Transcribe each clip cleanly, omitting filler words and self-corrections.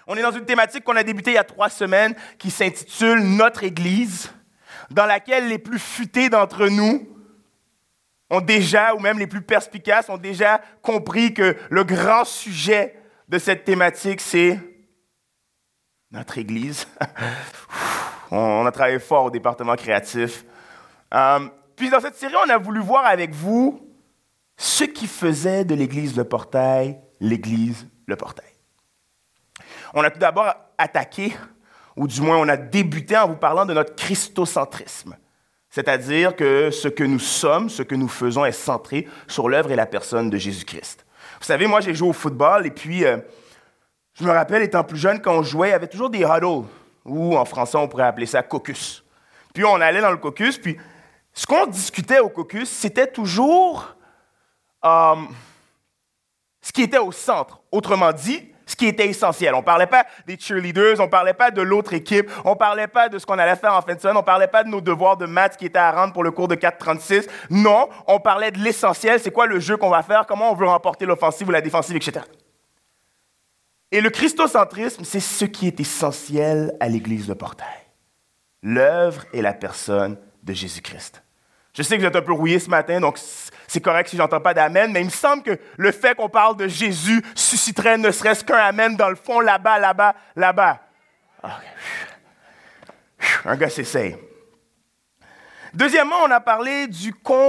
On est dans une thématique qu'on a débutée il y a 3 semaines qui s'intitule « Notre Église », dans laquelle les plus futés d'entre nous ont déjà, ou même les plus perspicaces, ont déjà compris que le grand sujet de cette thématique, c'est notre Église. On a travaillé fort au département créatif. Puis dans cette série, on a voulu voir avec vous ce qui faisait de l'Église Le Portail, l'Église Le Portail. On a tout d'abord attaqué, ou du moins on a débuté en vous parlant de notre christocentrisme, c'est-à-dire que ce que nous sommes, ce que nous faisons est centré sur l'œuvre et la personne de Jésus-Christ. Vous savez, moi j'ai joué au football et puis je me rappelle, étant plus jeune, quand on jouait, il y avait toujours des huddles, ou en français on pourrait appeler ça caucus. Puis on allait dans le caucus, puis ce qu'on discutait au caucus, c'était toujours ce qui était au centre. Autrement dit, ce qui était essentiel. On ne parlait pas des cheerleaders, on ne parlait pas de l'autre équipe, on ne parlait pas de ce qu'on allait faire en fin de semaine, on ne parlait pas de nos devoirs de maths qui étaient à rendre pour le cours de 4,36. Non, on parlait de l'essentiel, c'est quoi le jeu qu'on va faire, comment on veut remporter l'offensive ou la défensive, etc. Et le christocentrisme, c'est ce qui est essentiel à l'Église de Portail. L'œuvre et la personne de Jésus-Christ. Je sais que vous êtes un peu rouillés ce matin, donc c'est correct si je n'entends pas d'amen, mais il me semble que le fait qu'on parle de Jésus susciterait ne serait-ce qu'un amen dans le fond, là-bas. Okay. Un gars s'essaye. Deuxièmement, on a parlé du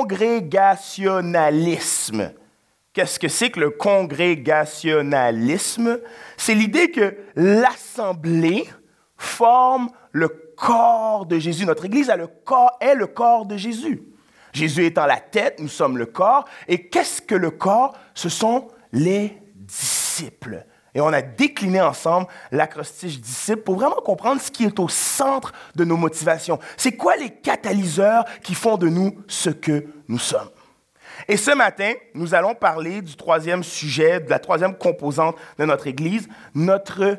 congrégationalisme. Qu'est-ce que c'est que le congrégationalisme? C'est l'idée que l'assemblée forme le corps de Jésus. Notre Église est le corps de Jésus. Jésus étant la tête, nous sommes le corps. Et qu'est-ce que le corps? Ce sont les disciples. Et on a décliné ensemble l'acrostiche disciple pour vraiment comprendre ce qui est au centre de nos motivations. C'est quoi les catalyseurs qui font de nous ce que nous sommes? Et ce matin, nous allons parler du troisième sujet, de la troisième composante de notre Église, notre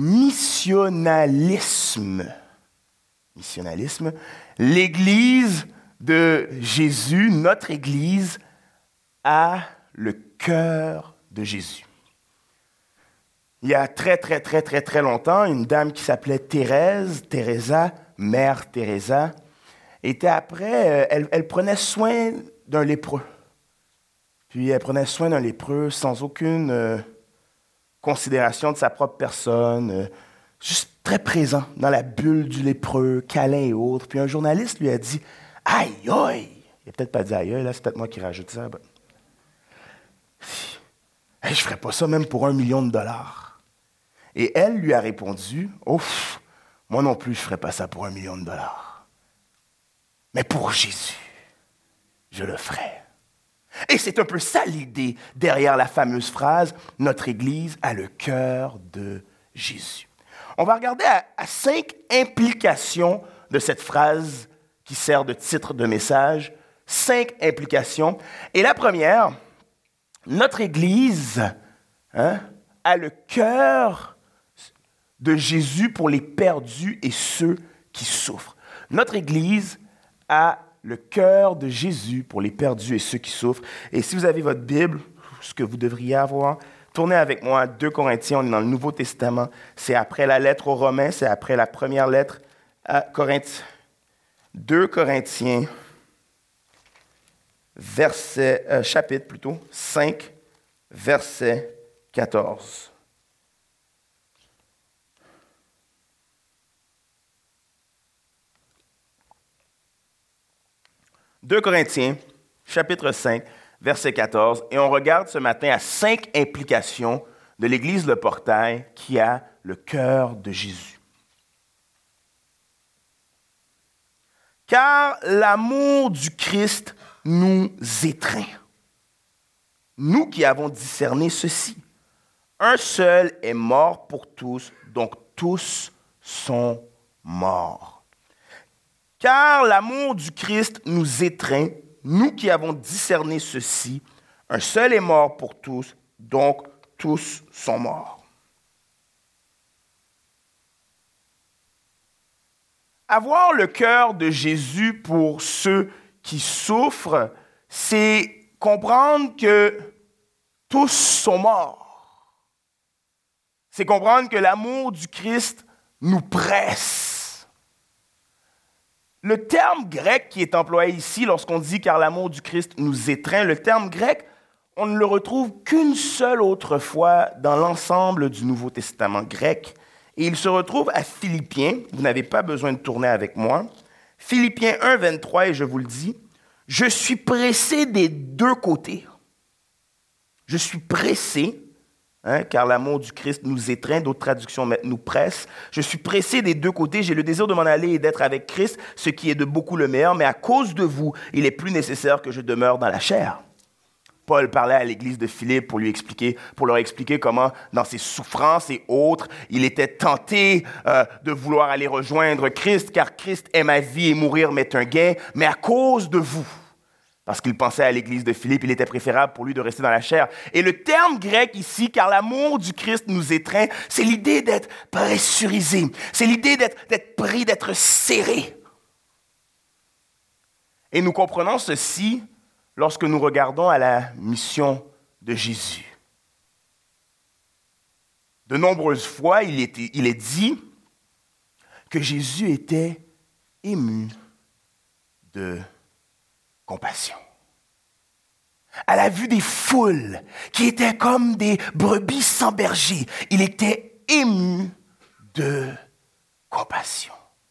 missionalisme. Missionalisme. L'Église de Jésus, notre Église, a le cœur de Jésus. Il y a très longtemps, une dame qui s'appelait Teresa, Mère Teresa, était après, elle prenait soin d'un lépreux. Puis elle prenait soin d'un lépreux sans aucune considération de sa propre personne, juste très présent dans la bulle du lépreux, câlin et autres. Puis un journaliste lui a dit « Aïe, aïe! » Il n'a peut-être pas dit « Aïe, aïe », là, c'est peut-être moi qui rajoute ça. Ben. Hey, je ne ferais pas ça même pour $1 million. Et elle lui a répondu « Ouf, moi non plus, je ne ferais pas ça pour $1 million. Mais pour Jésus, je le ferais. » Et c'est un peu ça l'idée derrière la fameuse phrase « Notre Église a le cœur de Jésus ». On va regarder à 5 implications de cette phrase qui sert de titre de message. 5 implications. Et la première, notre Église a le cœur de Jésus pour les perdus et ceux qui souffrent. Notre Église a le cœur de Jésus pour les perdus et ceux qui souffrent. Et si vous avez votre Bible, ce que vous devriez avoir, tournez avec moi à 2 Corinthiens, on est dans le Nouveau Testament. C'est après la lettre aux Romains, c'est après la première lettre à Corinthiens. 2 Corinthiens, chapitre 5, verset 14. « 2 Corinthiens, chapitre 5, verset 14. Et on regarde ce matin à 5 implications de l'Église Le Portail qui a le cœur de Jésus. Car l'amour du Christ nous étreint. Nous qui avons discerné ceci. Un seul est mort pour tous, donc tous sont morts. Car l'amour du Christ nous étreint, nous qui avons discerné ceci. Un seul est mort pour tous, donc tous sont morts. Avoir le cœur de Jésus pour ceux qui souffrent, c'est comprendre que tous sont morts. C'est comprendre que l'amour du Christ nous presse. Le terme grec qui est employé ici lorsqu'on dit « car l'amour du Christ nous étreint », le terme grec, on ne le retrouve qu'une seule autre fois dans l'ensemble du Nouveau Testament grec. Et il se retrouve à Philippiens. Vous n'avez pas besoin de tourner avec moi. Philippiens 1, 23, et je vous le dis, « Je suis pressé des deux côtés. » Je suis pressé, car l'amour du Christ nous étreint, d'autres traductions mettent nous pressent. Je suis pressé des deux côtés, j'ai le désir de m'en aller et d'être avec Christ, ce qui est de beaucoup le meilleur, mais à cause de vous, il est plus nécessaire que je demeure dans la chair. Paul parlait à l'église de Philippe pour leur expliquer comment, dans ses souffrances et autres, il était tenté de vouloir aller rejoindre Christ, car Christ est ma vie et mourir m'est un gain, mais à cause de vous. Parce qu'il pensait à l'église de Philippe, il était préférable pour lui de rester dans la chair. Et le terme grec ici, car l'amour du Christ nous étreint, c'est l'idée d'être pressurisé, c'est l'idée d'être pris, d'être serré. Et nous comprenons ceci lorsque nous regardons à la mission de Jésus. De nombreuses fois, il est dit que Jésus était ému de compassion. À la vue des foules qui étaient comme des brebis sans berger, il était ému de compassion.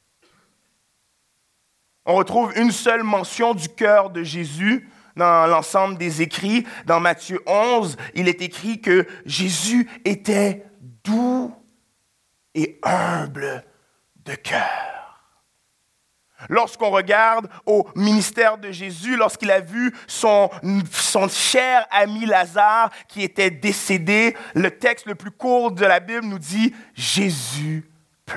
On retrouve une seule mention du cœur de Jésus dans l'ensemble des écrits. Dans Matthieu 11, il est écrit que Jésus était doux et humble de cœur. Lorsqu'on regarde au ministère de Jésus, lorsqu'il a vu son cher ami Lazare qui était décédé, le texte le plus court de la Bible nous dit « Jésus pleura ».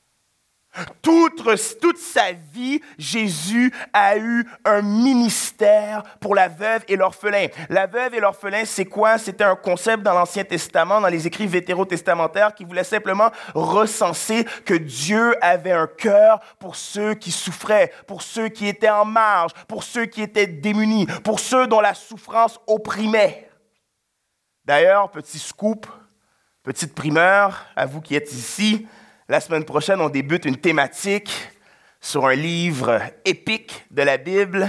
Toute sa vie, Jésus a eu un ministère pour la veuve et l'orphelin. La veuve et l'orphelin, c'est quoi? C'était un concept dans l'Ancien Testament, dans les écrits vétérotestamentaires, qui voulait simplement recenser que Dieu avait un cœur pour ceux qui souffraient, pour ceux qui étaient en marge, pour ceux qui étaient démunis, pour ceux dont la souffrance opprimait. D'ailleurs, petit scoop, petite primeur, à vous qui êtes ici, la semaine prochaine, on débute une thématique sur un livre épique de la Bible,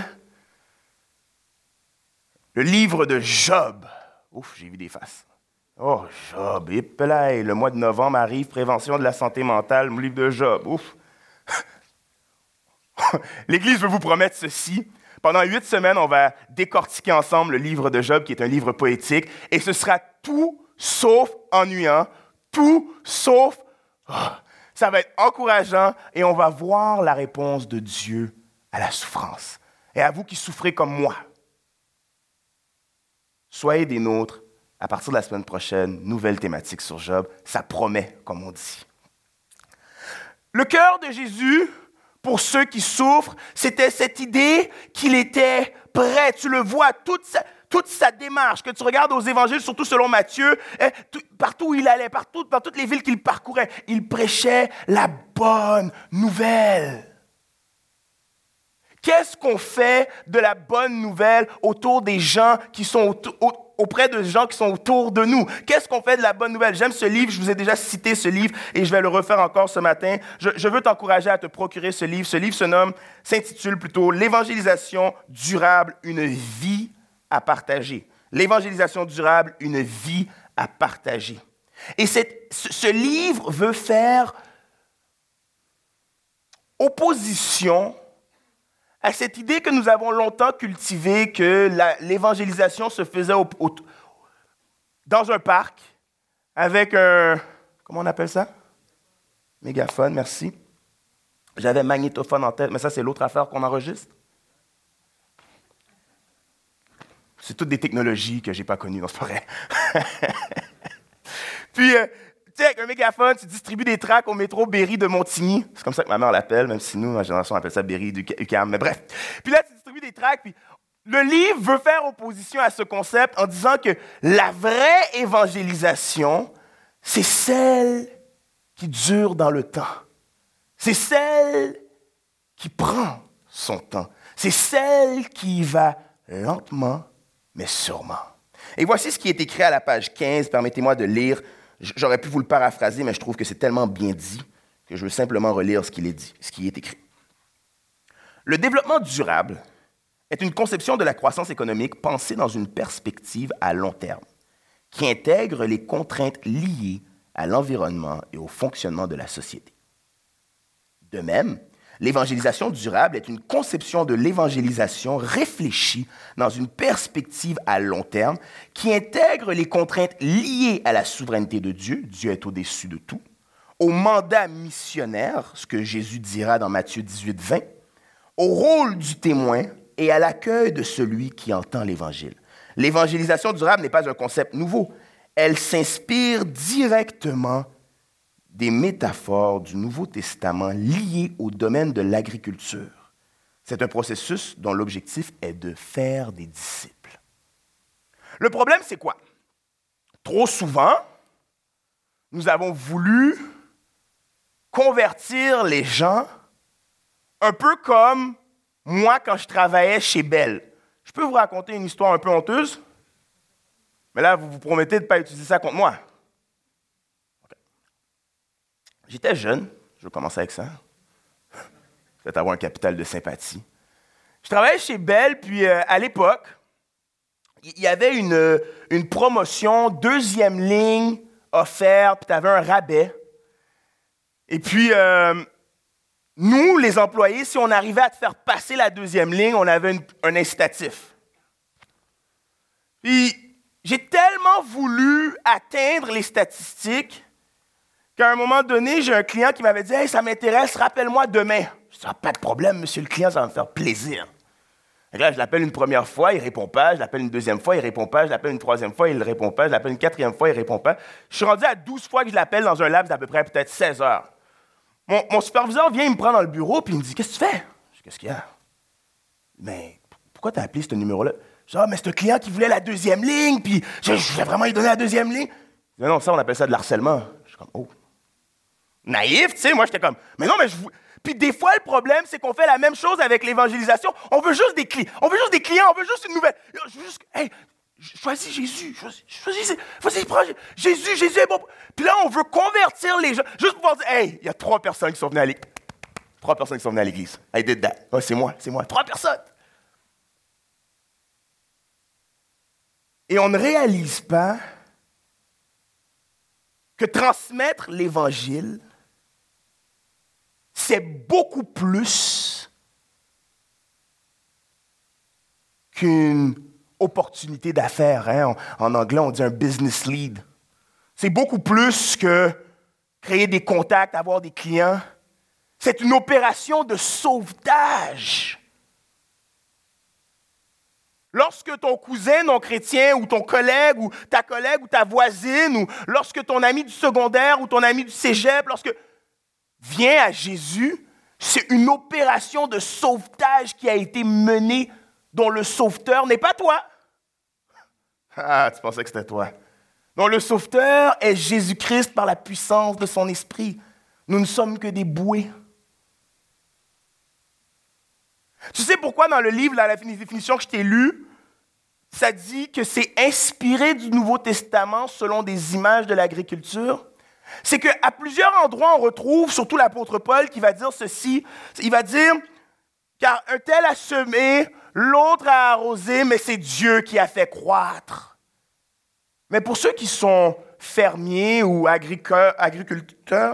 le livre de Job. Ouf, j'ai vu des faces. Oh, Job, épelaye, le mois de novembre arrive, prévention de la santé mentale, le livre de Job. Ouf. L'Église veut vous promettre ceci. Pendant 8 semaines, on va décortiquer ensemble le livre de Job, qui est un livre poétique, et ce sera tout sauf ennuyant, tout sauf... Ça va être encourageant et on va voir la réponse de Dieu à la souffrance. Et à vous qui souffrez comme moi, soyez des nôtres. À partir de la semaine prochaine, nouvelle thématique sur Job. Ça promet, comme on dit. Le cœur de Jésus, pour ceux qui souffrent, c'était cette idée qu'il était prêt. Tu le vois, toute sa démarche, que tu regardes aux évangiles, surtout selon Matthieu, partout où il allait, dans toutes les villes qu'il parcourait, il prêchait la bonne nouvelle. Qu'est-ce qu'on fait de la bonne nouvelle autour des gens qui sont auprès de gens qui sont autour de nous? Qu'est-ce qu'on fait de la bonne nouvelle? J'aime ce livre, je vous ai déjà cité ce livre et je vais le refaire encore ce matin. Je veux t'encourager à te procurer ce livre. Ce livre s'intitule plutôt « L'évangélisation durable, une vie à partager ». L'évangélisation durable, une vie à partager. Et ce livre veut faire opposition à cette idée que nous avons longtemps cultivée que l'évangélisation se faisait dans un parc avec un... Comment on appelle ça? Mégaphone, merci. J'avais magnétophone en tête, mais ça, c'est l'autre affaire qu'on enregistre. C'est toutes des technologies que je n'ai pas connues, non, c'est pas vrai. Puis, tu sais, avec un mégaphone, tu distribues des tracts au métro Berry de Montigny. C'est comme ça que ma mère l'appelle, même si nous, ma génération, on appelle ça Berry du UQAM. Mais bref. Puis là, tu distribues des tracts, puis le livre veut faire opposition à ce concept en disant que la vraie évangélisation, c'est celle qui dure dans le temps. C'est celle qui prend son temps. C'est celle qui y va lentement, mais sûrement. Et voici ce qui est écrit à la page 15. Permettez-moi de lire J'aurais pu vous le paraphraser, mais je trouve que c'est tellement bien dit que je veux simplement relire ce qui est écrit. Le développement durable est une conception de la croissance économique pensée dans une perspective à long terme, qui intègre les contraintes liées à l'environnement et au fonctionnement de la société. De même, l'évangélisation durable est une conception de l'évangélisation réfléchie dans une perspective à long terme qui intègre les contraintes liées à la souveraineté de Dieu, Dieu est au-dessus de tout, au mandat missionnaire, ce que Jésus dira dans Matthieu 18, 20, au rôle du témoin et à l'accueil de celui qui entend l'Évangile. L'évangélisation durable n'est pas un concept nouveau. Elle s'inspire directement des métaphores du Nouveau Testament liées au domaine de l'agriculture. C'est un processus dont l'objectif est de faire des disciples. Le problème, c'est quoi? Trop souvent, nous avons voulu convertir les gens un peu comme moi quand je travaillais chez Bell. Je peux vous raconter une histoire un peu honteuse? Mais là, vous vous promettez de ne pas utiliser ça contre moi. Okay. J'étais jeune, je vais commencer avec ça. Peut-être avoir un capital de sympathie. Je travaillais chez Bell, puis à l'époque, il y avait une promotion, deuxième ligne offerte, puis tu avais un rabais. Et puis, nous, les employés, si on arrivait à te faire passer la deuxième ligne, on avait un incitatif. Puis, j'ai tellement voulu atteindre les statistiques qu'à un moment donné, j'ai un client qui m'avait dit « Hey, ça m'intéresse, rappelle-moi demain. » Je dis « Pas de problème, monsieur le client, ça va me faire plaisir. » Et là, je l'appelle une première fois, il ne répond pas. Je l'appelle une deuxième fois, il ne répond pas. Je l'appelle une troisième fois, il ne répond pas. Je l'appelle une quatrième fois, il ne répond pas. Je suis rendu à 12 fois que je l'appelle dans un laps d'à peu près peut-être 16 heures. Mon superviseur vient, il me prend dans le bureau, puis il me dit « Qu'est-ce que tu fais? » Je dis « Qu'est-ce qu'il y a? » Mais pourquoi tu as appelé ce numéro-là? Je dis « Ah, mais c'est un client qui voulait la deuxième ligne, puis je vais vraiment lui donner la deuxième ligne. » Non, ça, on appelle ça de l'harcèlement. Je suis comme « Oh. » Naïf, tu sais, moi, j'étais comme « Mais non, mais je vous... » Puis des fois, le problème, c'est qu'on fait la même chose avec l'évangélisation. On veut juste des clients, on veut juste une nouvelle. Hey, choisis Jésus, vas-y, prends Jésus est bon. Puis là, on veut convertir les gens, juste pour pouvoir dire, hey, il y a 3 personnes qui sont venues à l'église. 3 personnes qui sont venues à l'église. I did that. Oh, c'est moi. 3 personnes. Et on ne réalise pas que transmettre l'évangile, c'est beaucoup plus qu'une opportunité d'affaires. Hein? En anglais, on dit un business lead. C'est beaucoup plus que créer des contacts, avoir des clients. C'est une opération de sauvetage. Lorsque ton cousin non chrétien ou ton collègue ou ta voisine ou lorsque ton ami du secondaire ou ton ami du cégep, lorsque vient à Jésus, c'est une opération de sauvetage qui a été menée dont le sauveteur n'est pas toi. Ah, tu pensais que c'était toi. Non, le sauveteur est Jésus-Christ par la puissance de son esprit. Nous ne sommes que des bouées. Tu sais pourquoi dans le livre, la définition que je t'ai lue, ça dit que c'est inspiré du Nouveau Testament selon des images de l'agriculture? C'est qu'à plusieurs endroits, on retrouve, surtout l'apôtre Paul, qui va dire ceci. Il va dire, car un tel a semé, l'autre a arrosé, mais c'est Dieu qui a fait croître. Mais pour ceux qui sont fermiers ou agriculteurs,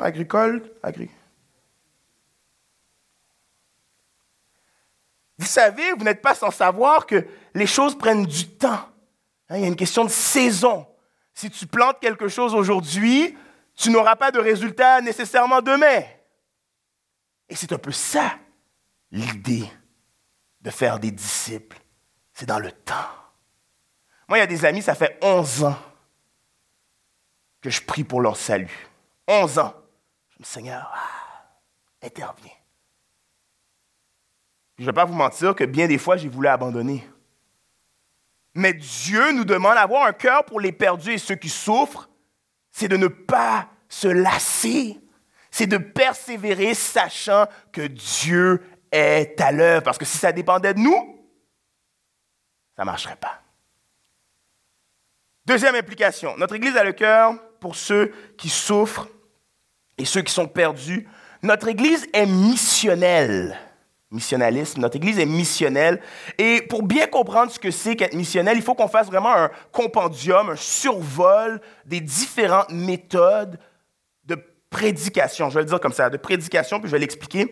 vous savez, vous n'êtes pas sans savoir que les choses prennent du temps. Il y a une question de saison. Si tu plantes quelque chose aujourd'hui, tu n'auras pas de résultat nécessairement demain. Et c'est un peu ça, l'idée de faire des disciples. C'est dans le temps. Moi, il y a des amis, ça fait 11 ans que je prie pour leur salut. 11 ans. Je me dis, Seigneur, interviens. Je ne vais pas vous mentir que bien des fois, j'ai voulu abandonner. Mais Dieu nous demande d'avoir un cœur pour les perdus et ceux qui souffrent. C'est de ne pas se lasser. C'est de persévérer sachant que Dieu est à l'œuvre. Parce que si ça dépendait de nous, ça ne marcherait pas. Deuxième implication. Notre Église a le cœur pour ceux qui souffrent et ceux qui sont perdus. Notre Église est missionnelle. Missionnalisme, notre Église est missionnelle. Et pour bien comprendre ce que c'est qu'être missionnel, il faut qu'on fasse vraiment un compendium, un survol des différentes méthodes de prédication. Je vais le dire comme ça, de prédication, puis je vais l'expliquer.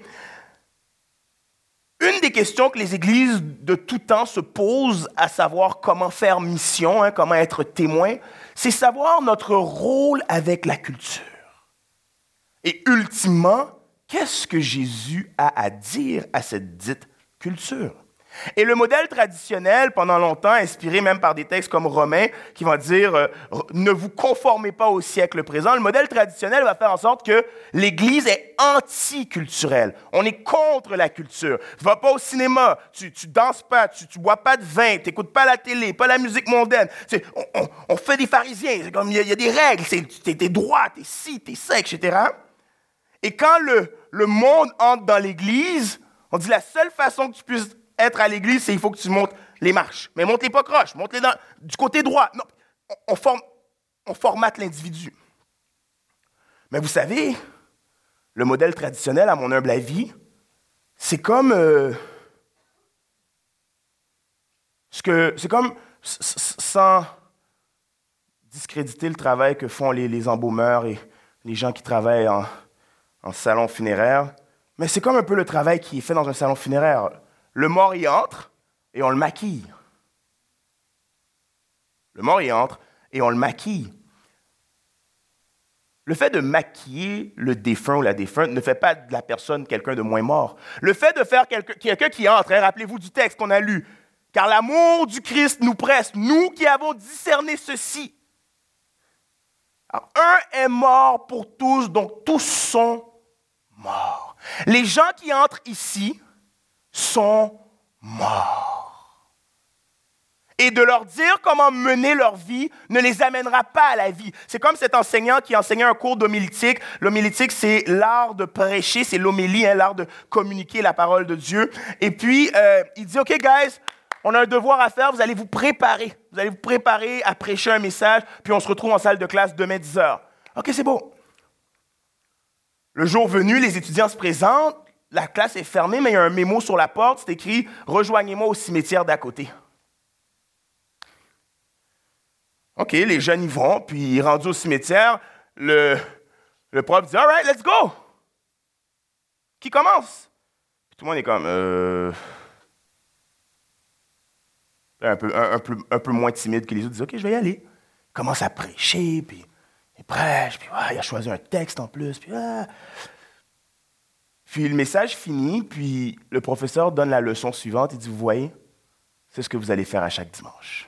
Une des questions que les églises de tout temps se posent à savoir comment faire mission, comment être témoin, c'est savoir notre rôle avec la culture. Et ultimement, qu'est-ce que Jésus a à dire à cette dite culture? Et le modèle traditionnel, pendant longtemps, inspiré même par des textes comme Romains, qui vont dire « Ne vous conformez pas au siècle présent », le modèle traditionnel va faire en sorte que l'Église est anticulturelle. On est contre la culture. Tu ne vas pas au cinéma, tu ne danses pas, tu ne bois pas de vin, tu n'écoutes pas la télé, pas la musique mondaine. On fait des pharisiens, c'est comme il y a des règles, tu es droit, tu es ci, tu es ça, etc. Et quand le monde entre dans l'Église, on dit la seule façon que tu puisses être à l'Église, c'est qu'il faut que tu montes les marches. Mais monte-les pas croche, monte-les du côté droit. Non, on formate l'individu. Mais vous savez, le modèle traditionnel, à mon humble avis, c'est comme... sans discréditer le travail que font les embaumeurs et les gens qui travaillent en salon funéraire, mais c'est comme un peu le travail qui est fait dans un salon funéraire. Le mort y entre et on le maquille. Le mort y entre et on le maquille. Le fait de maquiller le défunt ou la défunte ne fait pas de la personne quelqu'un de moins mort. Le fait de faire quelqu'un qui entre, rappelez-vous du texte qu'on a lu, « Car l'amour du Christ nous presse, nous qui avons discerné ceci. » Alors, un est mort pour tous, donc tous sont morts. Les gens qui entrent ici sont morts. Et de leur dire comment mener leur vie ne les amènera pas à la vie. C'est comme cet enseignant qui enseignait un cours d'homilétique. L'homilétique, c'est l'art de prêcher, c'est l'homélie, l'art de communiquer la parole de Dieu. Et puis, il dit, « OK, guys, on a un devoir à faire, vous allez vous préparer. Vous allez vous préparer à prêcher un message, puis on se retrouve en salle de classe demain 10h. OK, c'est beau. Le jour venu, les étudiants se présentent, la classe est fermée, mais il y a un mémo sur la porte, c'est écrit « Rejoignez-moi au cimetière d'à côté ». OK, les jeunes y vont, puis rendus au cimetière, le prof dit « All right, let's go! » Qui commence? Puis tout le monde est comme un peu moins timide que les autres, disent « OK, je vais y aller. » Il commence à prêcher, puis il prêche, puis il a choisi un texte en plus, puis Puis le message finit, puis le professeur donne la leçon suivante. Il dit, vous voyez, c'est ce que vous allez faire à chaque dimanche.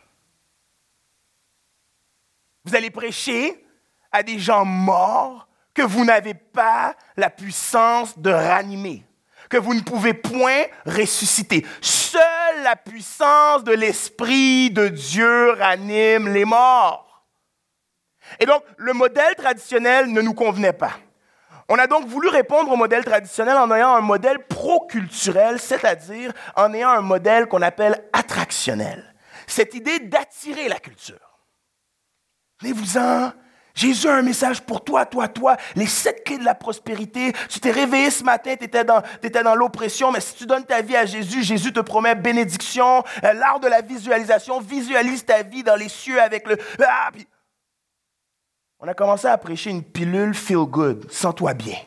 Vous allez prêcher à des gens morts que vous n'avez pas la puissance de ranimer, que vous ne pouvez point ressusciter. Seule la puissance de l'Esprit de Dieu ranime les morts. Et donc, le modèle traditionnel ne nous convenait pas. On a donc voulu répondre au modèle traditionnel en ayant un modèle pro-culturel, c'est-à-dire en ayant un modèle qu'on appelle attractionnel. Cette idée d'attirer la culture. Venez-vous-en, Jésus a un message pour toi, les 7 clés de la prospérité. Tu t'es réveillé ce matin, tu étais dans l'oppression, mais si tu donnes ta vie à Jésus, Jésus te promet bénédiction, l'art de la visualisation, visualise ta vie dans les cieux avec le... Puis on a commencé à prêcher une pilule feel good, sens-toi bien.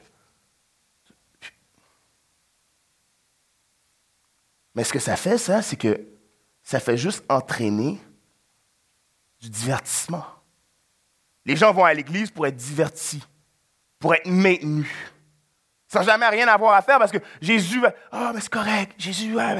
Mais ce que ça fait, ça, c'est que ça fait juste entraîner du divertissement. Les gens vont à l'église pour être divertis, pour être maintenus, sans jamais rien avoir à faire parce que Jésus va, mais c'est correct, Jésus va...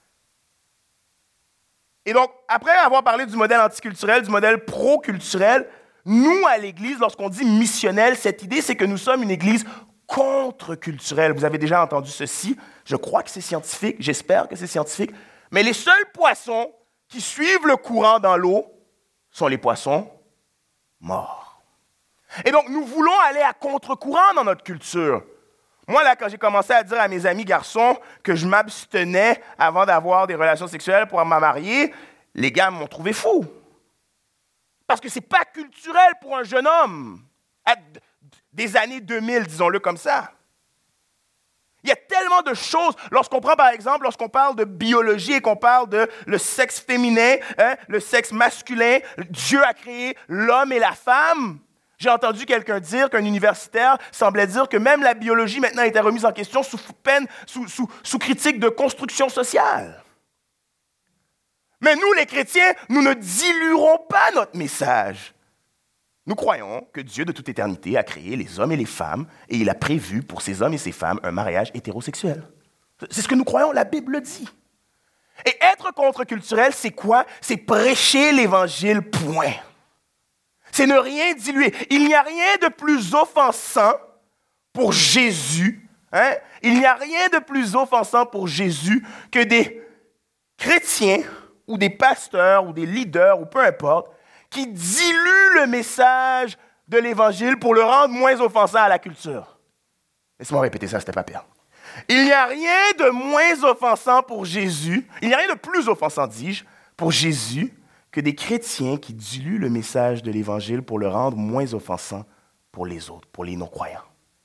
Et donc, après avoir parlé du modèle anticulturel, du modèle pro-culturel, nous, à l'Église, lorsqu'on dit missionnel, cette idée, c'est que nous sommes une Église contre-culturelle. Vous avez déjà entendu ceci. Je crois que c'est scientifique. J'espère que c'est scientifique. Mais les seuls poissons qui suivent le courant dans l'eau sont les poissons morts. Et donc, nous voulons aller à contre-courant dans notre culture. Moi, là, quand j'ai commencé à dire à mes amis garçons que je m'abstenais avant d'avoir des relations sexuelles pour me marier, les gars m'ont trouvé fou. Parce que ce n'est pas culturel pour un jeune homme des années 2000, disons-le comme ça. Il y a tellement de choses, lorsqu'on prend par exemple, lorsqu'on parle de biologie et qu'on parle de le sexe féminin, le sexe masculin, Dieu a créé l'homme et la femme. J'ai entendu quelqu'un dire qu'un universitaire semblait dire que même la biologie maintenant était remise en question sous critique de construction sociale. Mais nous, les chrétiens, nous ne diluerons pas notre message. Nous croyons que Dieu, de toute éternité, a créé les hommes et les femmes et il a prévu pour ces hommes et ces femmes un mariage hétérosexuel. C'est ce que nous croyons, la Bible le dit. Et être contre-culturel, c'est quoi? C'est prêcher l'Évangile, point. C'est ne rien diluer. Il n'y a rien de plus offensant pour Jésus. Il n'y a rien de plus offensant pour Jésus que des chrétiens ou des pasteurs ou des leaders ou peu importe qui diluent le message de l'Évangile pour le rendre moins offensant à la culture. Laisse-moi répéter ça, c'était pas pire. Il n'y a rien de moins offensant pour Jésus, il n'y a rien de plus offensant, dis-je, pour Jésus que des chrétiens qui diluent le message de l'Évangile pour le rendre moins offensant pour les autres, pour les non-croyants.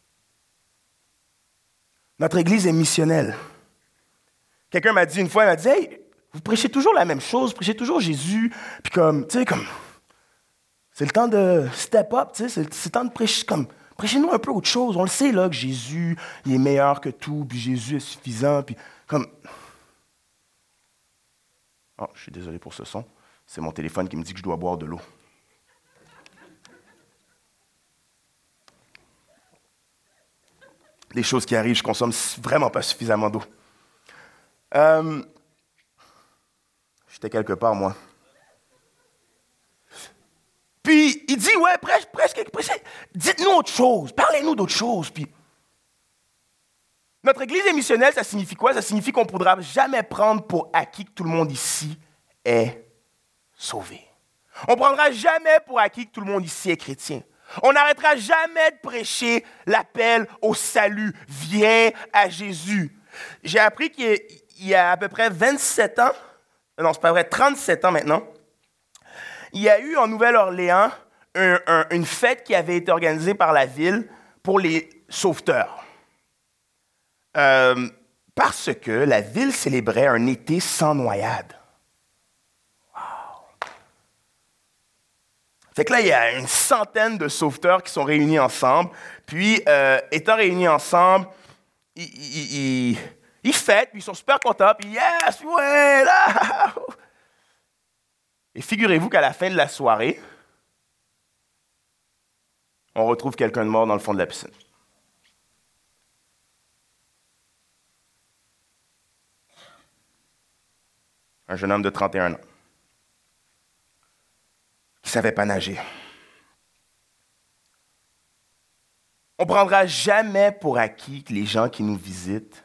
Notre Église est missionnelle. Quelqu'un m'a dit une fois, il m'a dit « Hey, vous prêchez toujours la même chose, vous prêchez toujours Jésus, puis comme, tu sais, comme... C'est le temps de step up, tu sais, c'est le temps de prêcher, comme, prêchez-nous un peu autre chose. On le sait, là, que Jésus, il est meilleur que tout, puis Jésus est suffisant, puis comme... Oh, je suis désolé pour ce son. C'est mon téléphone qui me dit que je dois boire de l'eau. Les choses qui arrivent, je consomme vraiment pas suffisamment d'eau. J'étais quelque part, moi. Puis, il dit, ouais, presque, dites-nous autre chose, parlez-nous d'autre chose. Puis, notre Église est missionnelle, ça signifie quoi? Ça signifie qu'on ne pourra jamais prendre pour acquis que tout le monde ici est sauvé. On ne prendra jamais pour acquis que tout le monde ici est chrétien. On n'arrêtera jamais de prêcher l'appel au salut. Viens à Jésus. J'ai appris qu'il y a à peu près 27 ans, non, c'est pas vrai, 37 ans maintenant, il y a eu en Nouvelle-Orléans une fête qui avait été organisée par la ville pour les sauveteurs. Parce que la ville célébrait un été sans noyade. Wow! Fait que là, il y a une centaine de sauveteurs qui sont réunis ensemble. Puis, étant réunis ensemble, ils fêtent, puis ils sont super contents, puis yes, ouais, là! Et figurez-vous qu'à la fin de la soirée, on retrouve quelqu'un de mort dans le fond de la piscine. Un jeune homme de 31 ans qui ne savait pas nager. On ne prendra jamais pour acquis que les gens qui nous visitent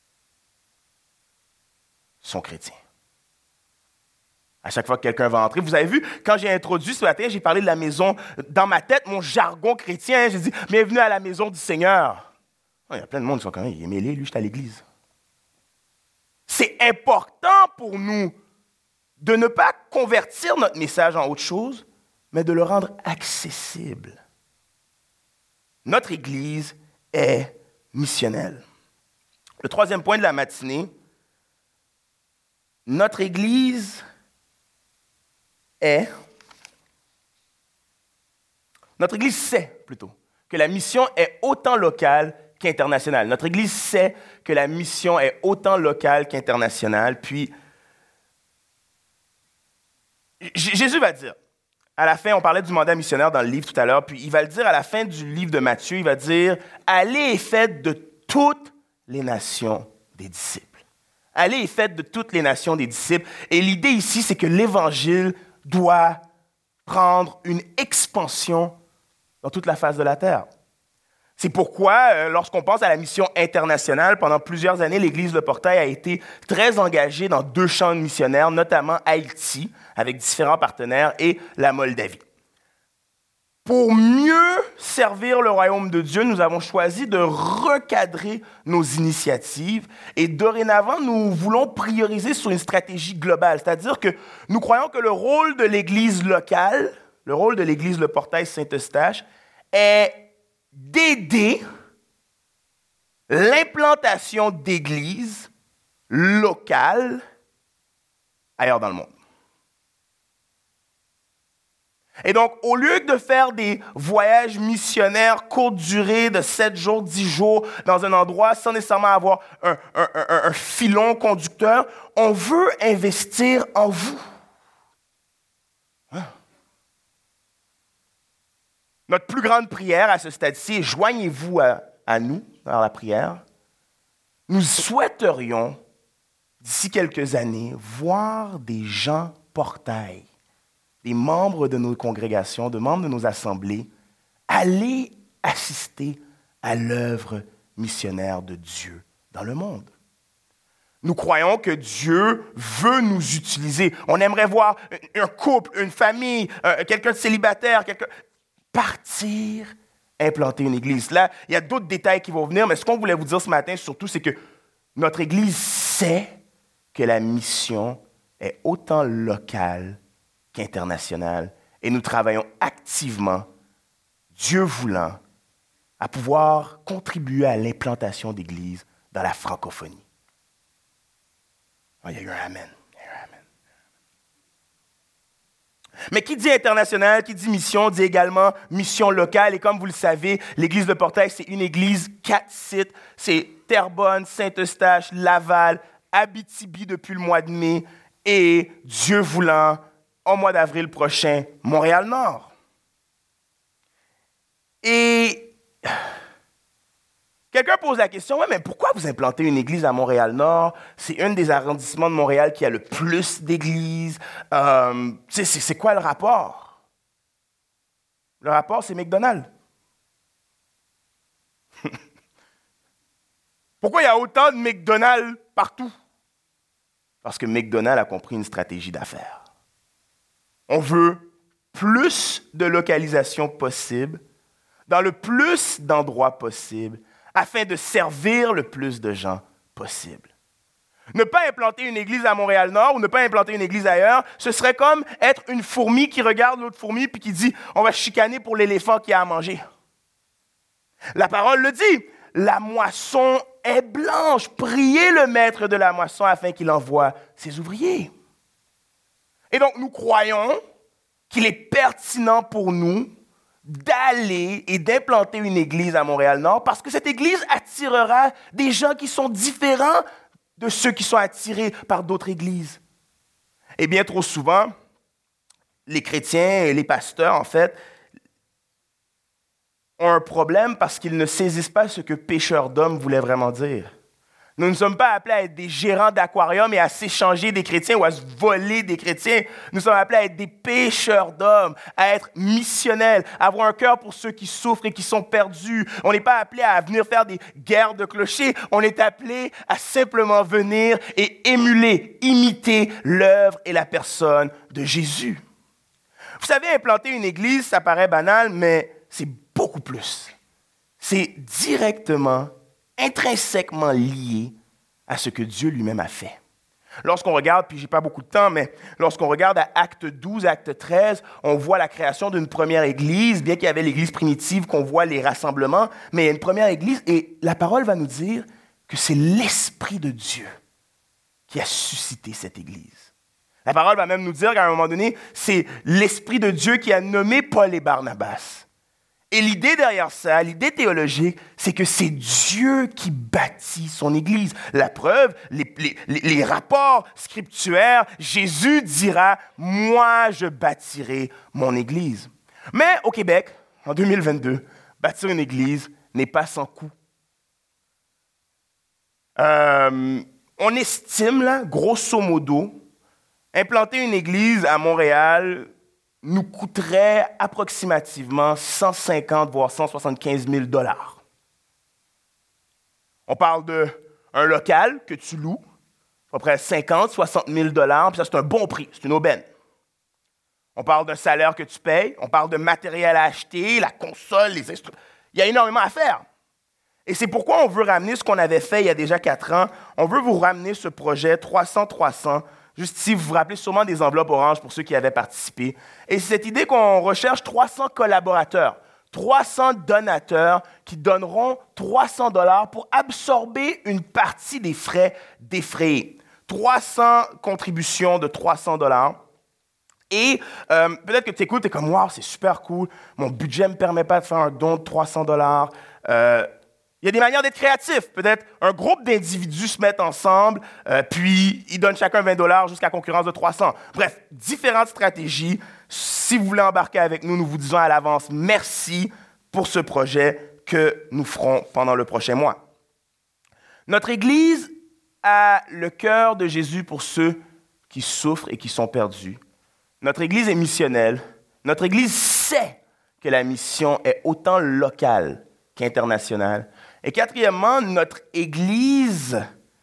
sont chrétiens. À chaque fois que quelqu'un va entrer, vous avez vu, quand j'ai introduit ce matin, j'ai parlé de la maison, dans ma tête, mon jargon chrétien, j'ai dit « Bienvenue à la maison du Seigneur ». Il y a plein de monde qui sont quand même, il est mêlé, lui, je suis à l'église. C'est important pour nous de ne pas convertir notre message en autre chose, mais de le rendre accessible. Notre Église est missionnelle. Le troisième point de la matinée, notre Église sait plutôt que la mission est autant locale qu'internationale. Notre Église sait que la mission est autant locale qu'internationale. Puis, Jésus va dire, à la fin, on parlait du mandat missionnaire dans le livre tout à l'heure, puis il va le dire à la fin du livre de Matthieu, il va dire « Allez et faites de toutes les nations des disciples. » Allez et faites de toutes les nations des disciples. Et l'idée ici, c'est que l'Évangile doit prendre une expansion dans toute la face de la terre. C'est pourquoi, lorsqu'on pense à la mission internationale, pendant plusieurs années, l'Église Le Portail a été très engagée dans 2 champs missionnaires, notamment Haïti, avec différents partenaires, et la Moldavie. Pour mieux servir le royaume de Dieu, nous avons choisi de recadrer nos initiatives et dorénavant, nous voulons prioriser sur une stratégie globale, c'est-à-dire que nous croyons que le rôle de l'Église locale le rôle de l'Église Le Portail Saint-Eustache est d'aider l'implantation d'églises locales ailleurs dans le monde. Et donc, au lieu de faire des voyages missionnaires courte durée de 7 jours, 10 jours dans un endroit sans nécessairement avoir un filon conducteur, on veut investir en vous. Hein? Notre plus grande prière à ce stade-ci, joignez-vous à nous dans la prière. Nous souhaiterions, d'ici quelques années, voir des gens portails, des membres de nos congrégations, des membres de nos assemblées, aller assister à l'œuvre missionnaire de Dieu dans le monde. Nous croyons que Dieu veut nous utiliser. On aimerait voir un couple, une famille, quelqu'un de célibataire, partir, implanter une église. Là, il y a d'autres détails qui vont venir, mais ce qu'on voulait vous dire ce matin, surtout, c'est que notre église sait que la mission est autant locale qu'internationale. Et nous travaillons activement, Dieu voulant, à pouvoir contribuer à l'implantation d'églises dans la francophonie. Oh, il y a eu un amen. Mais qui dit international, qui dit mission, dit également mission locale. Et comme vous le savez, l'Église de Portail, c'est une église 4 sites. C'est Terrebonne, Saint-Eustache, Laval, Abitibi depuis le mois de mai et, Dieu voulant, au mois d'avril prochain, Montréal-Nord. Et quelqu'un pose la question, ouais, mais pourquoi vous implantez une église à Montréal-Nord? C'est un des arrondissements de Montréal qui a le plus d'églises. C'est quoi le rapport? Le rapport, c'est McDonald's. Pourquoi il y a autant de McDonald's partout? Parce que McDonald's a compris une stratégie d'affaires. On veut plus de localisation possible, dans le plus d'endroits possibles, afin de servir le plus de gens possible. Ne pas implanter une église à Montréal-Nord ou ne pas implanter une église ailleurs, ce serait comme être une fourmi qui regarde l'autre fourmi puis qui dit « on va chicaner pour l'éléphant qui a à manger ». La parole le dit, la moisson est blanche. Priez le maître de la moisson afin qu'il envoie ses ouvriers. Et donc, nous croyons qu'il est pertinent pour nous d'aller et d'implanter une église à Montréal-Nord parce que cette église attirera des gens qui sont différents de ceux qui sont attirés par d'autres églises. Et bien trop souvent, les chrétiens et les pasteurs, en fait, ont un problème parce qu'ils ne saisissent pas ce que pécheur d'homme voulait vraiment dire. Nous ne sommes pas appelés à être des gérants d'aquarium et à s'échanger des chrétiens ou à se voler des chrétiens. Nous sommes appelés à être des pêcheurs d'hommes, à être missionnels, à avoir un cœur pour ceux qui souffrent et qui sont perdus. On n'est pas appelés à venir faire des guerres de clochers. On est appelés à simplement venir et émuler, imiter l'œuvre et la personne de Jésus. Vous savez, implanter une église, ça paraît banal, mais c'est beaucoup plus. C'est directement intrinsèquement lié à ce que Dieu lui-même a fait. Lorsqu'on regarde, puis je n'ai pas beaucoup de temps, mais lorsqu'on regarde à Acte 12, Acte 13, on voit la création d'une première église, bien qu'il y avait l'église primitive, qu'on voit les rassemblements, mais il y a une première église et la parole va nous dire que c'est l'Esprit de Dieu qui a suscité cette église. La parole va même nous dire qu'à un moment donné, c'est l'Esprit de Dieu qui a nommé Paul et Barnabas. Et l'idée derrière ça, l'idée théologique, c'est que c'est Dieu qui bâtit son Église. La preuve, les rapports scripturaires, Jésus dira « Moi, je bâtirai mon Église ». Mais au Québec, en 2022, bâtir une Église n'est pas sans coût. On estime, là, grosso modo, implanter une Église à Montréal nous coûterait approximativement 150 voire 175 000 $. On parle d'un local que tu loues, à peu près 50 60 000 $, puis ça, c'est un bon prix, c'est une aubaine. On parle d'un salaire que tu payes, on parle de matériel à acheter, la console, les instruments. Il y a énormément à faire. Et c'est pourquoi on veut ramener ce qu'on avait fait il y a déjà 4 ans. On veut vous ramener ce projet 300-300 Juste ici, vous vous rappelez sûrement des enveloppes oranges pour ceux qui avaient participé. Et c'est cette idée qu'on recherche 300 collaborateurs, 300 donateurs qui donneront 300 $ pour absorber une partie des frais défrayés. 300 contributions de 300 $. Et peut-être que tu écoutes, tu es comme « Wow, c'est super cool, mon budget ne me permet pas de faire un don de 300 $. Il y a des manières d'être créatif. Peut-être un groupe d'individus se mettent ensemble, puis ils donnent chacun 20 $ jusqu'à concurrence de 300. Bref, différentes stratégies. Si vous voulez embarquer avec nous, nous vous disons à l'avance merci pour ce projet que nous ferons pendant le prochain mois. Notre Église a le cœur de Jésus pour ceux qui souffrent et qui sont perdus. Notre Église est missionnelle. Notre Église sait que la mission est autant locale qu'internationale. Et quatrièmement, notre Église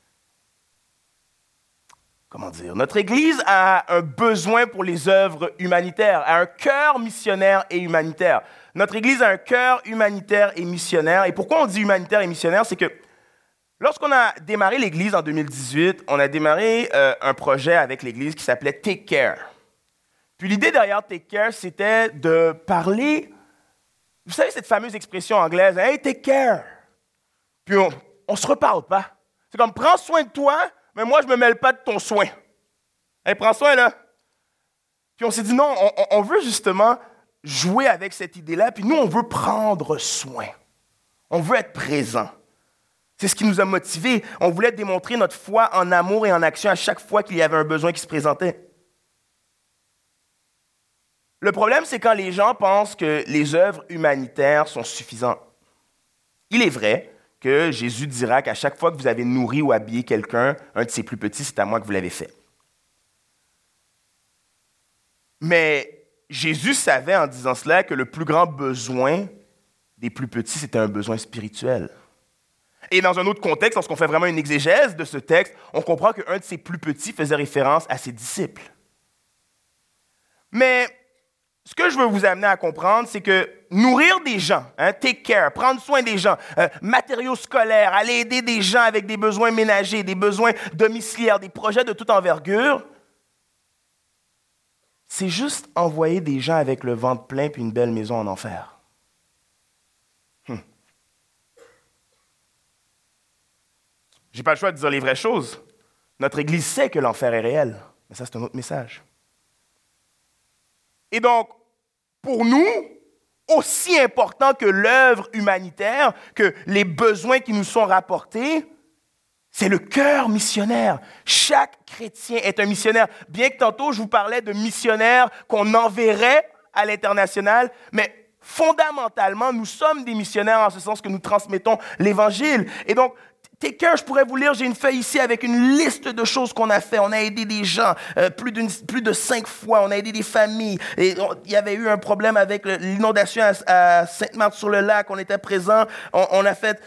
a un besoin pour les œuvres humanitaires, a un cœur missionnaire et humanitaire. Notre Église a un cœur humanitaire et missionnaire. Et pourquoi on dit humanitaire et missionnaire? C'est que lorsqu'on a démarré l'Église en 2018, on a démarré un projet avec l'Église qui s'appelait Take Care. Puis l'idée derrière Take Care, c'était de parler, vous savez cette fameuse expression anglaise, « Hey, take care ». Puis on ne se reparle pas. C'est comme, prends soin de toi, mais moi, je ne me mêle pas de ton soin. Hey, prends soin, là. Puis on s'est dit, non, on veut justement jouer avec cette idée-là, puis nous, on veut prendre soin. On veut être présent. C'est ce qui nous a motivés. On voulait démontrer notre foi en amour et en action à chaque fois qu'il y avait un besoin qui se présentait. Le problème, c'est quand les gens pensent que les œuvres humanitaires sont suffisantes. Il est vrai que Jésus dira qu'à chaque fois que vous avez nourri ou habillé quelqu'un, un de ses plus petits, c'est à moi que vous l'avez fait. Mais Jésus savait en disant cela que le plus grand besoin des plus petits, c'était un besoin spirituel. Et dans un autre contexte, lorsqu'on fait vraiment une exégèse de ce texte, on comprend qu'un de ses plus petits faisait référence à ses disciples. Mais ce que je veux vous amener à comprendre, c'est que nourrir des gens, take care, prendre soin des gens, matériaux scolaires, aller aider des gens avec des besoins ménagers, des besoins domiciliaires, des projets de toute envergure, c'est juste envoyer des gens avec le ventre plein puis une belle maison en enfer. J'ai pas le choix de dire les vraies choses. Notre Église sait que l'enfer est réel, mais ça, c'est un autre message. Et donc, pour nous, aussi important que l'œuvre humanitaire, que les besoins qui nous sont rapportés, c'est le cœur missionnaire. Chaque chrétien est un missionnaire. Bien que tantôt, je vous parlais de missionnaires qu'on enverrait à l'international, mais fondamentalement, nous sommes des missionnaires en ce sens que nous transmettons l'Évangile. Et donc, Take Care, je pourrais vous lire, j'ai une feuille ici avec une liste de choses qu'on a fait. On a aidé des gens plus de 5 fois. On a aidé des familles. Et il y avait eu un problème avec l'inondation à Sainte-Marthe-sur-le-Lac. On était présents. On a fait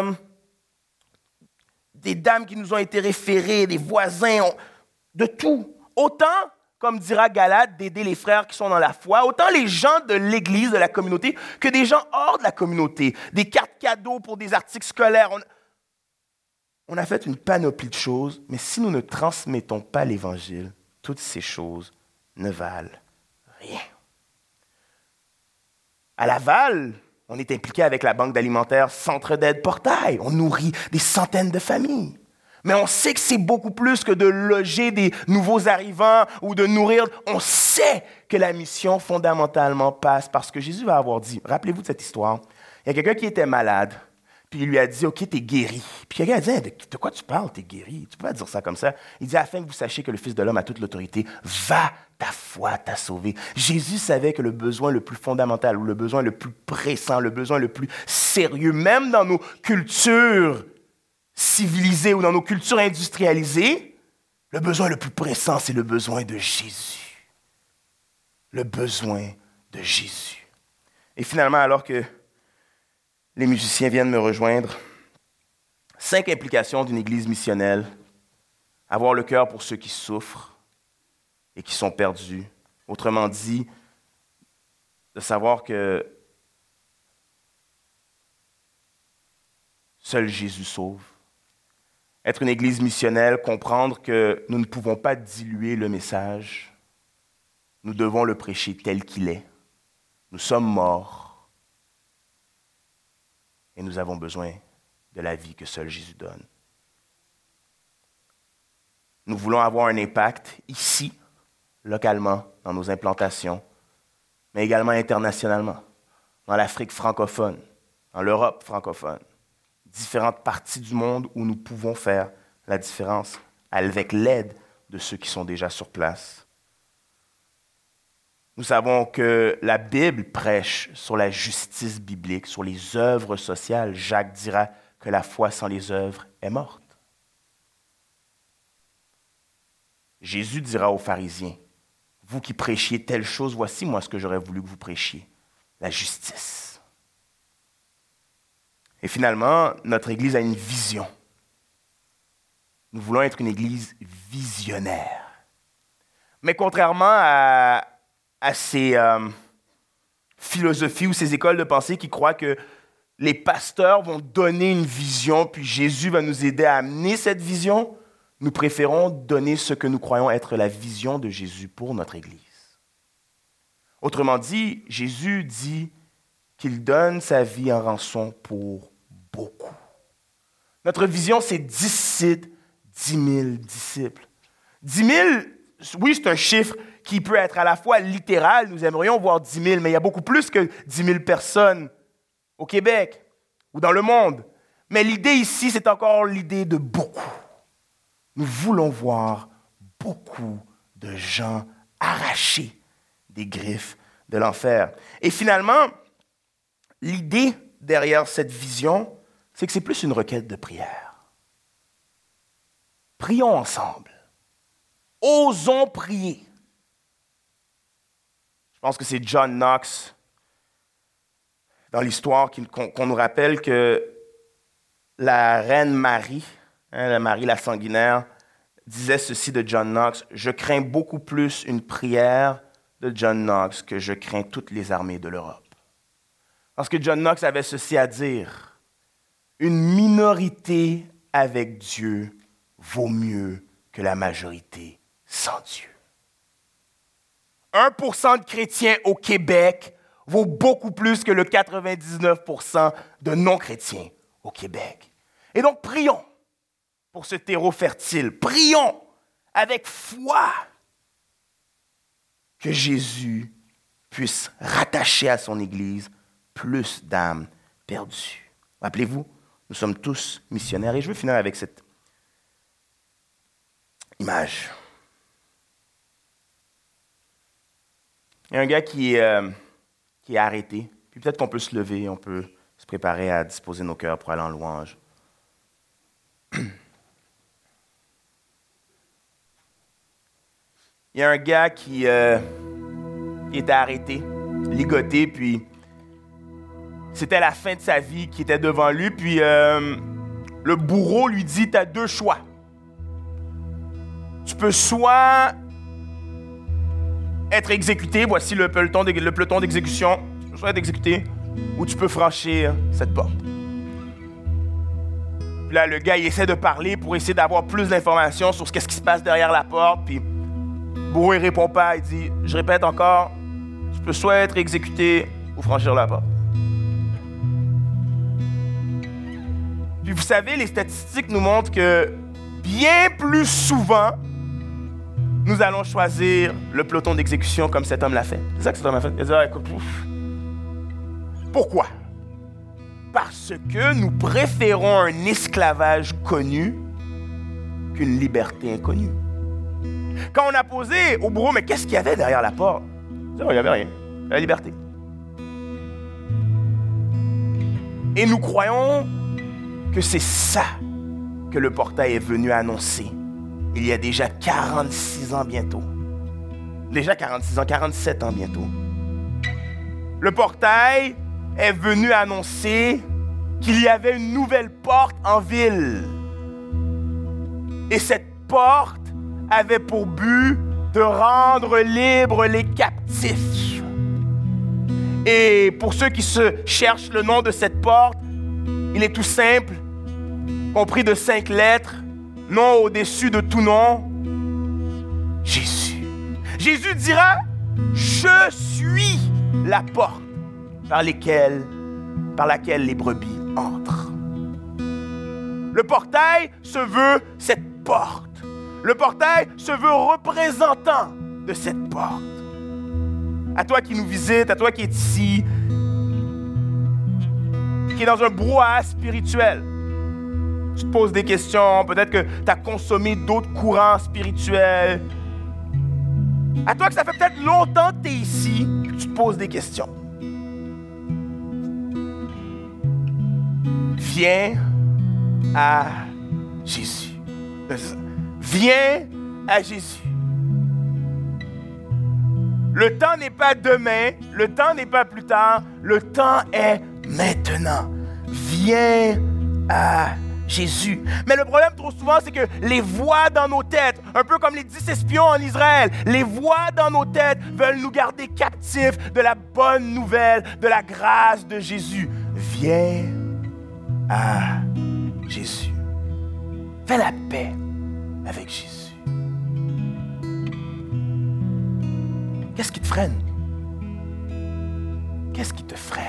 des dames qui nous ont été référées, des voisins, de tout. Autant, comme dira Galate, d'aider les frères qui sont dans la foi, autant les gens de l'Église, de la communauté, que des gens hors de la communauté. Des cartes cadeaux pour des articles scolaires. On a fait une panoplie de choses, mais si nous ne transmettons pas l'Évangile, toutes ces choses ne valent rien. À Laval, on est impliqué avec la Banque d'alimentaire Centre d'aide Portail. On nourrit des centaines de familles. Mais on sait que c'est beaucoup plus que de loger des nouveaux arrivants ou de nourrir. On sait que la mission fondamentalement passe parce que Jésus va avoir dit, rappelez-vous de cette histoire, il y a quelqu'un qui était malade. Puis il lui a dit, OK, t'es guéri. Puis quelqu'un a dit, de quoi tu parles, t'es guéri? Tu peux pas dire ça comme ça. Il dit, afin que vous sachiez que le Fils de l'homme a toute l'autorité, va, ta foi t'a sauvé. Jésus savait que le besoin le plus fondamental, ou le besoin le plus pressant, le besoin le plus sérieux, même dans nos cultures civilisées ou dans nos cultures industrialisées, le besoin le plus pressant, c'est le besoin de Jésus. Le besoin de Jésus. Et finalement, alors que les musiciens viennent me rejoindre. 5 implications d'une église missionnelle. Avoir le cœur pour ceux qui souffrent et qui sont perdus. Autrement dit, de savoir que seul Jésus sauve. Être une église missionnelle, comprendre que nous ne pouvons pas diluer le message. Nous devons le prêcher tel qu'il est. Nous sommes morts et nous avons besoin de la vie que seul Jésus donne. Nous voulons avoir un impact ici, localement, dans nos implantations, mais également internationalement, dans l'Afrique francophone, dans l'Europe francophone, différentes parties du monde où nous pouvons faire la différence avec l'aide de ceux qui sont déjà sur place. Nous savons que la Bible prêche sur la justice biblique, sur les œuvres sociales. Jacques dira que la foi sans les œuvres est morte. Jésus dira aux pharisiens, « Vous qui prêchiez telle chose, voici moi ce que j'aurais voulu que vous prêchiez, la justice. » Et finalement, notre Église a une vision. Nous voulons être une Église visionnaire. Mais contrairement à ces philosophies ou ces écoles de pensée qui croient que les pasteurs vont donner une vision, puis Jésus va nous aider à amener cette vision, nous préférons donner ce que nous croyons être la vision de Jésus pour notre Église. Autrement dit, Jésus dit qu'il donne sa vie en rançon pour beaucoup. Notre vision, c'est 10 sites, 10 000 disciples. 10 000, oui, c'est un chiffre qui peut être à la fois littéral. Nous aimerions voir 10 000, mais il y a beaucoup plus que 10 000 personnes au Québec ou dans le monde. Mais l'idée ici, c'est encore l'idée de beaucoup. Nous voulons voir beaucoup de gens arrachés des griffes de l'enfer. Et finalement, l'idée derrière cette vision, c'est que c'est plus une requête de prière. Prions ensemble. Osons prier. Je pense que c'est John Knox, dans l'histoire, qu'on nous rappelle que la reine Marie, la Marie la sanguinaire, disait ceci de John Knox, « Je crains beaucoup plus une prière de John Knox que je crains toutes les armées de l'Europe. » Parce que John Knox avait ceci à dire, « Une minorité avec Dieu vaut mieux que la majorité sans Dieu. » 1% de chrétiens au Québec vaut beaucoup plus que le 99% de non-chrétiens au Québec. Et donc, prions pour ce terreau fertile. Prions avec foi que Jésus puisse rattacher à son Église plus d'âmes perdues. Rappelez-vous, nous sommes tous missionnaires. Et je veux finir avec cette image. Il y a un gars qui est arrêté. Puis peut-être qu'on peut se lever, on peut se préparer à disposer nos cœurs pour aller en louange. Il y a un gars qui était arrêté, ligoté, puis c'était la fin de sa vie qui était devant lui, puis le bourreau lui dit, « Tu as 2 choix. Tu peux soit être exécuté, voici le peloton d'exécution, tu peux soit être exécuté, ou tu peux franchir cette porte. » Puis là, le gars, il essaie de parler pour essayer d'avoir plus d'informations sur ce qui se passe derrière la porte, puis le bourreau, il répond pas, il dit, « Je répète encore, tu peux soit être exécuté ou franchir la porte. » Puis vous savez, les statistiques nous montrent que bien plus souvent, nous allons choisir le peloton d'exécution comme cet homme l'a fait. C'est ça que cet homme a fait. Il a dit, « Écoute, pourquoi? Parce que nous préférons un esclavage connu qu'une liberté inconnue. » Quand on a posé au bourreau, mais qu'est-ce qu'il y avait derrière la porte? Il n'y avait rien. La liberté. Et nous croyons que c'est ça que le portail est venu annoncer il y a déjà 46 ans bientôt. Déjà 46 ans, 47 ans bientôt. Le portail est venu annoncer qu'il y avait une nouvelle porte en ville. Et cette porte avait pour but de rendre libres les captifs. Et pour ceux qui se cherchent le nom de cette porte, il est tout simple, compris de 5 lettres, nom au-dessus de tout nom, Jésus. Jésus dira, je suis la porte par laquelle les brebis entrent. Le portail se veut cette porte. Le portail se veut représentant de cette porte. À toi qui nous visite, à toi qui es ici, qui est dans un brouhaha spirituel. Tu te poses des questions, peut-être que tu as consommé d'autres courants spirituels. À toi que ça fait peut-être longtemps que tu es ici, que tu te poses des questions. Viens à Jésus. Viens à Jésus. Le temps n'est pas demain, le temps n'est pas plus tard, le temps est maintenant. Viens à Jésus. Mais le problème trop souvent, c'est que les voix dans nos têtes, un peu comme les 10 espions en Israël, les voix dans nos têtes veulent nous garder captifs de la bonne nouvelle, de la grâce de Jésus. Viens à Jésus. Fais la paix avec Jésus. Qu'est-ce qui te freine? Qu'est-ce qui te freine?